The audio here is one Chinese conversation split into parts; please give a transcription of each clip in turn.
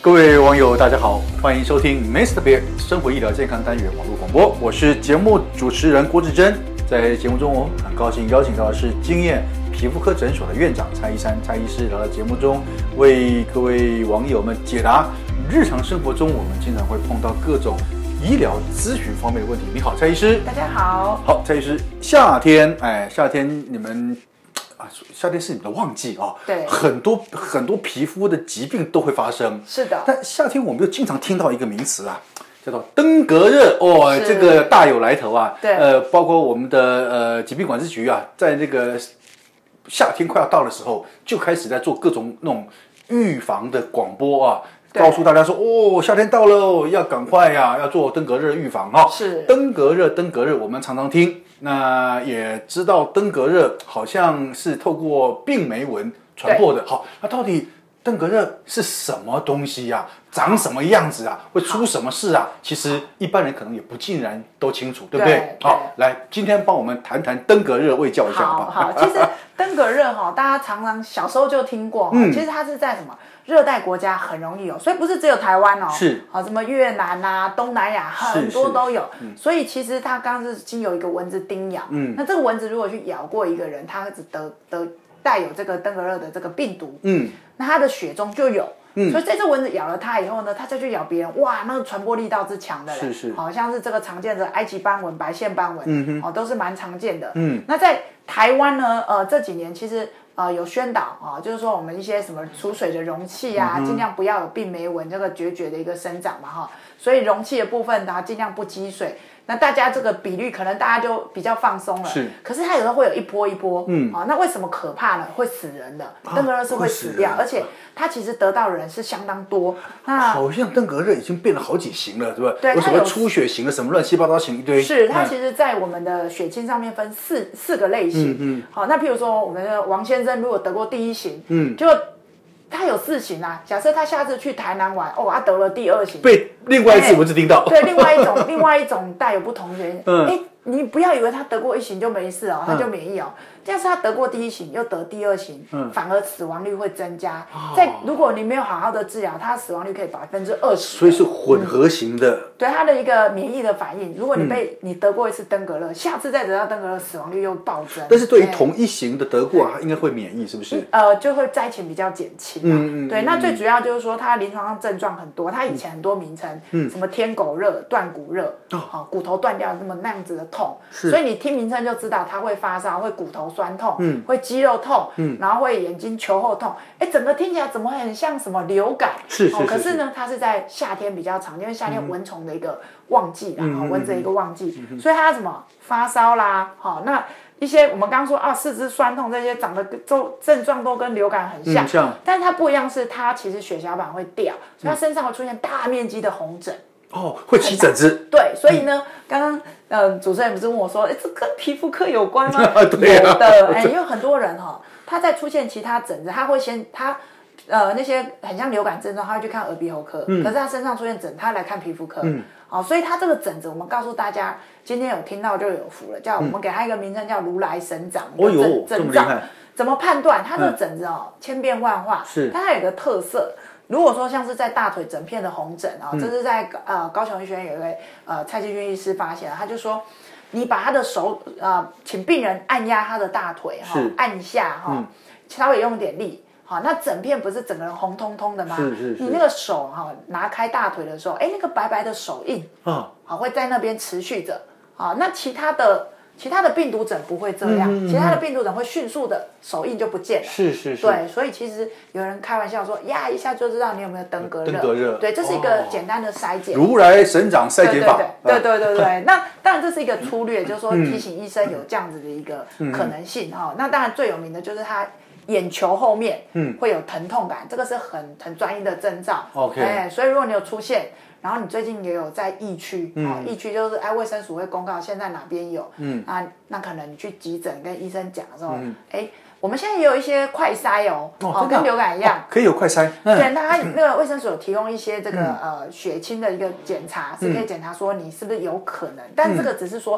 各位网友，大家好，欢迎收听 Mr. Bear 生活医疗健康单元网络广播，我是节目主持人郭志珍。在节目中，我很高兴邀请到的是经验皮肤科诊所的院长蔡一山蔡医师来到节目中，为各位网友们解答日常生活中我们经常会碰到各种医疗咨询方面的问题。你好，蔡医师。 大家好。 好，蔡医师，夏天你们。夏天是你们的旺季啊， 对， 很多皮肤的疾病都会发生。 是的， 但夏天我们又经常听到一个名词啊，叫做登革热哦，这个大有来头啊。 对， 包括我们的疾病管制局啊，在那个夏天快要到的时候，就开始在做各种那种预防的广播啊。告诉大家说，哦，夏天到了，要赶快呀，要做登革热预防哈。 是登革热，我们常常听，那也知道登革热好像是透过病媒蚊传播的。好，那到底登革热是什么东西呀？长什么样子啊？会出什么事啊？其实一般人可能也不尽然都清楚，对不对？好，来，今天帮我们谈谈登革热，卫教一下好不好？ 好，其实登革热哈，大家常常小时候就听过，其实它是在什么热带国家很容易有，所以不是只有台湾哦， 是好，什么越南啊、东南亚很多都有，所以其实它刚刚是经由一个蚊子叮咬，那这个蚊子如果去咬过一个人，他只带有这个登革热的这个病毒，那他的血中就有。所以这只蚊子咬了它以后呢，它再去咬别人，哇，那个传播力道之强的了，好像是这个常见的埃及斑蚊、白线斑蚊，都是蛮常见的。那在台湾呢，这几年其实有宣导啊，就是说我们一些什么储水的容器啊，尽量不要有病媒蚊这个决绝的一个生长嘛哈，所以容器的部分它尽量不积水。那大家这个比率可能大家就比较放松了，可是它有时候会有一波一波，那为什么可怕呢？会死人的，登革热是会死掉，而且它其实得到的人是相当多。那好像登革热已经变了好几型了，是吧？ 对， 有什么出血型的，什么乱七八糟型一堆。 是，它其实，在我们的血清上面分四个类型。好，那譬如说我们的王先生如果得过第一型，就他有4型啊。假设他下次去台南玩，他得了第2型， 被另外一只蚊子叮到。 对，另外一种带有不同原因。你不要以为他得过1型就没事哦，他就免疫哦。但是他得过第1型，又得第2型，反而死亡率会增加。如果你没有好好的治疗，他死亡率可以20%。 所以是混合型的。 对，他的一个免疫的反应。如果你得过一次登革热，下次再得到登革热，死亡率又暴增。 但是对于同一型的得过，他应该会免疫，是不是？ 就会灾情比较减轻。对，那最主要就是说，它临床上症状很多，它以前很多名称，什么天狗热、断骨热，骨头断掉那样子的痛，所以你听名称就知道它会发烧，会骨头酸痛，会肌肉痛，然后会眼睛球后痛，整个听起来怎么很像什么流感？可是呢，它是在夏天比较常见，因为夏天蚊虫的一个旺季啦，蚊子的一个旺季，所以它什么发烧啦，那一些我们刚刚说四肢酸痛这些长得症状都跟流感很像，但是它不一样是它其实血小板会掉，所以它身上会出现大面积的红疹。 会起疹子。 对，所以呢，刚刚主持人不是问我说，这跟皮肤科有关吗？ 对啊， 有的，因为很多人他在出现其他疹子，他会先那些很像流感症状，他会去看耳鼻喉科，可是他身上出现疹，他来看皮肤科。所以他这个疹子，我们告诉大家，今天有听到就有福了，我们给他一个名称叫如来神掌的症状。怎么判断？他这个疹子千变万化，但它有个特色。如果说像是在大腿整片的红疹这是在高雄医学院有一位蔡继军医师发现，他就说，你把他的手请病人按压他的大腿按一下稍微用点力。那整片不是整个人红彤彤的吗？你那个手拿开大腿的时候，那个白白的手印会在那边持续着。那其他的病毒疹不会这样，其他的病毒疹会迅速的手印就不见了。 是。 对，所以其实有人开玩笑说，呀，一下就知道你有没有登革热。对，这是一个简单的筛检。 如来神掌筛检法。 对。那当然这是一个粗略，就是说提醒医生有这样子的一个可能性那当然最有名的就是他眼球后面会有疼痛感，这个是很专一的征兆。所以如果你有出现，然后你最近也有在疫区，疫区就是卫生署会公告现在哪边有，那可能你去急诊跟医生讲的时候，我们现在也有一些快筛跟流感一样， 可以有快筛。 对，那那个卫生署有提供一些这个血清的一个检查，是可以检查说你是不是有可能，但这个只是说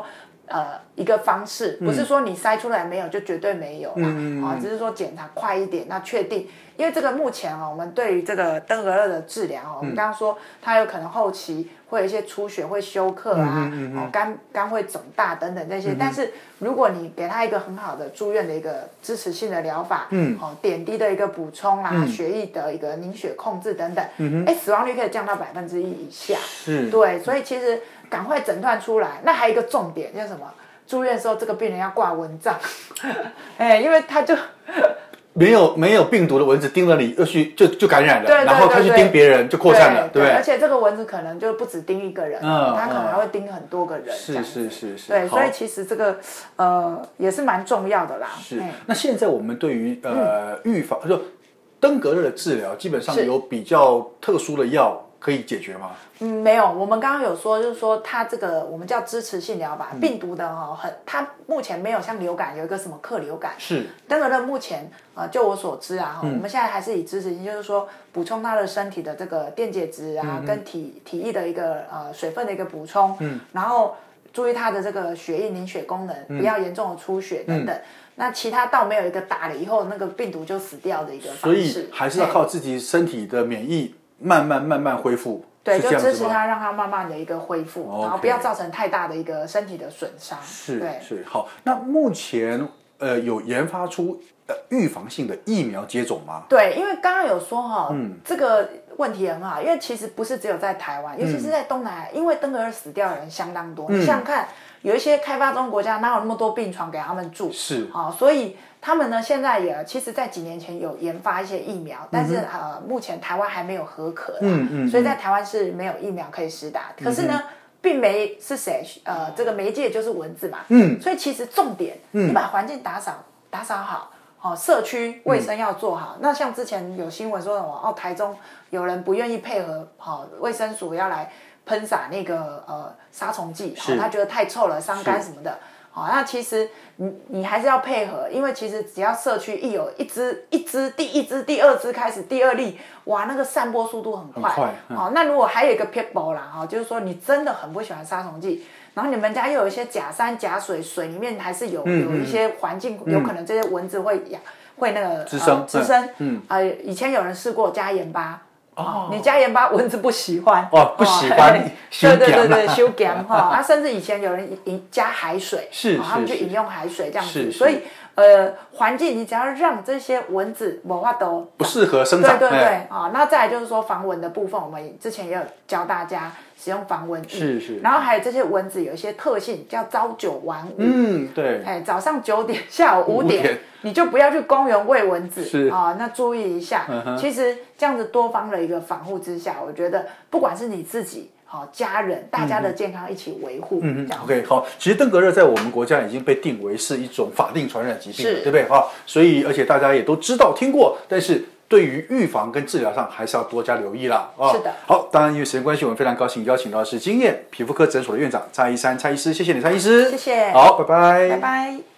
一个方式，不是说你筛出来没有就绝对没有啦，只是说检查快一点，那确定，因为这个目前我们对于这个登革热的治疗我们刚刚说它有可能后期会有一些出血会休克啊，肝会肿大等等这些，但是如果你给他一个很好的住院的一个支持性的疗法，点滴的一个补充啦，血液的一个凝血控制等等，死亡率可以降到1%以下，对，所以其实赶快诊断出来。那还有一个重点就是什么？住院的时候，这个病人要挂蚊帐，因为他就没有病毒的蚊子叮了你，又去就感染了， 对， 然后他去叮别人就扩散了，对不对？ 而且这个蚊子可能就不止叮一个人，他可能还会叮很多个人， 是。 对，所以其实这个也是蛮重要的啦。 是。那现在我们对于预防就登革热的治疗，基本上有比较特殊的药可以解决吗？ 没有，我们刚刚有说，就是说它这个我们叫支持性疗法，病毒的它目前没有像流感有一个什么克流感， 是登革热目前就我所知啊，我们现在还是以支持性，就是说补充它的身体的这个电解质啊，跟体液的一个水分的一个补充，然后注意它的这个血液凝血功能，不要严重的出血等等。那其他倒没有一个打了以后那个病毒就死掉的一个方式， 所以还是要靠自己身体的免疫慢慢恢复。 对，就支持它，让它慢慢的一个恢复，然后不要造成太大的一个身体的损伤。 是好。那目前有研发出预防性的疫苗接种吗？ 对，因为刚刚有说这个问题很好，因为其实不是只有在台湾，尤其是在东南亚，因为登革热死掉的人相当多。你想想看，有一些开发中国家哪有那么多病床给他们住？ 是所以他们呢现在也其实在几年前有研发一些疫苗，但是目前台湾还没有核可啦，所以在台湾是没有疫苗可以施打。可是呢，病媒是谁？这个媒介就是蚊子嘛。所以其实重点，你把环境打扫好，社区卫生要做好。那像之前有新闻说什么台中有人不愿意配合，卫生署要来喷洒那个杀虫剂，他觉得太臭了，伤肝什么的。那其实你还是要配合，因为其实只要社区一有一支第一支第二支开始第二例，哇，那个散播速度很快。那如果还有一个撇步啦，就是说你真的很不喜欢杀虫剂，然后你们家又有一些假山假水，水里面还是有一些环境，有可能这些蚊子会那个滋生。 以前有人试过加盐巴。你加盐巴，蚊子不喜欢不喜欢， 对，修咸甚至以前有人加海水，他们就饮用海水这样子，所以环境你只要让这些蚊子没法都不适合生长， 对那再来就是说防蚊的部分，我们之前也有教大家使用防蚊液，然后还有这些蚊子有一些特性叫朝九晚五， 对， 早上9点，下午5点。你就不要去公园喂蚊子那注意一下。其实这样子多方的一个防护之下，我觉得不管是你自己、家人，大家的健康一起维护。 OK， 好，其实登革热在我们国家已经被定为是一种法定传染疾病了，对不对？所以而且大家也都知道听过，但是对于预防跟治疗上还是要多加留意啦。 是的。 好，当然因为时间关系，我们非常高兴邀请到的是京燕皮肤科诊所的院长蔡一山蔡医师，谢谢你蔡医师。 谢谢。 好，拜拜。 拜拜。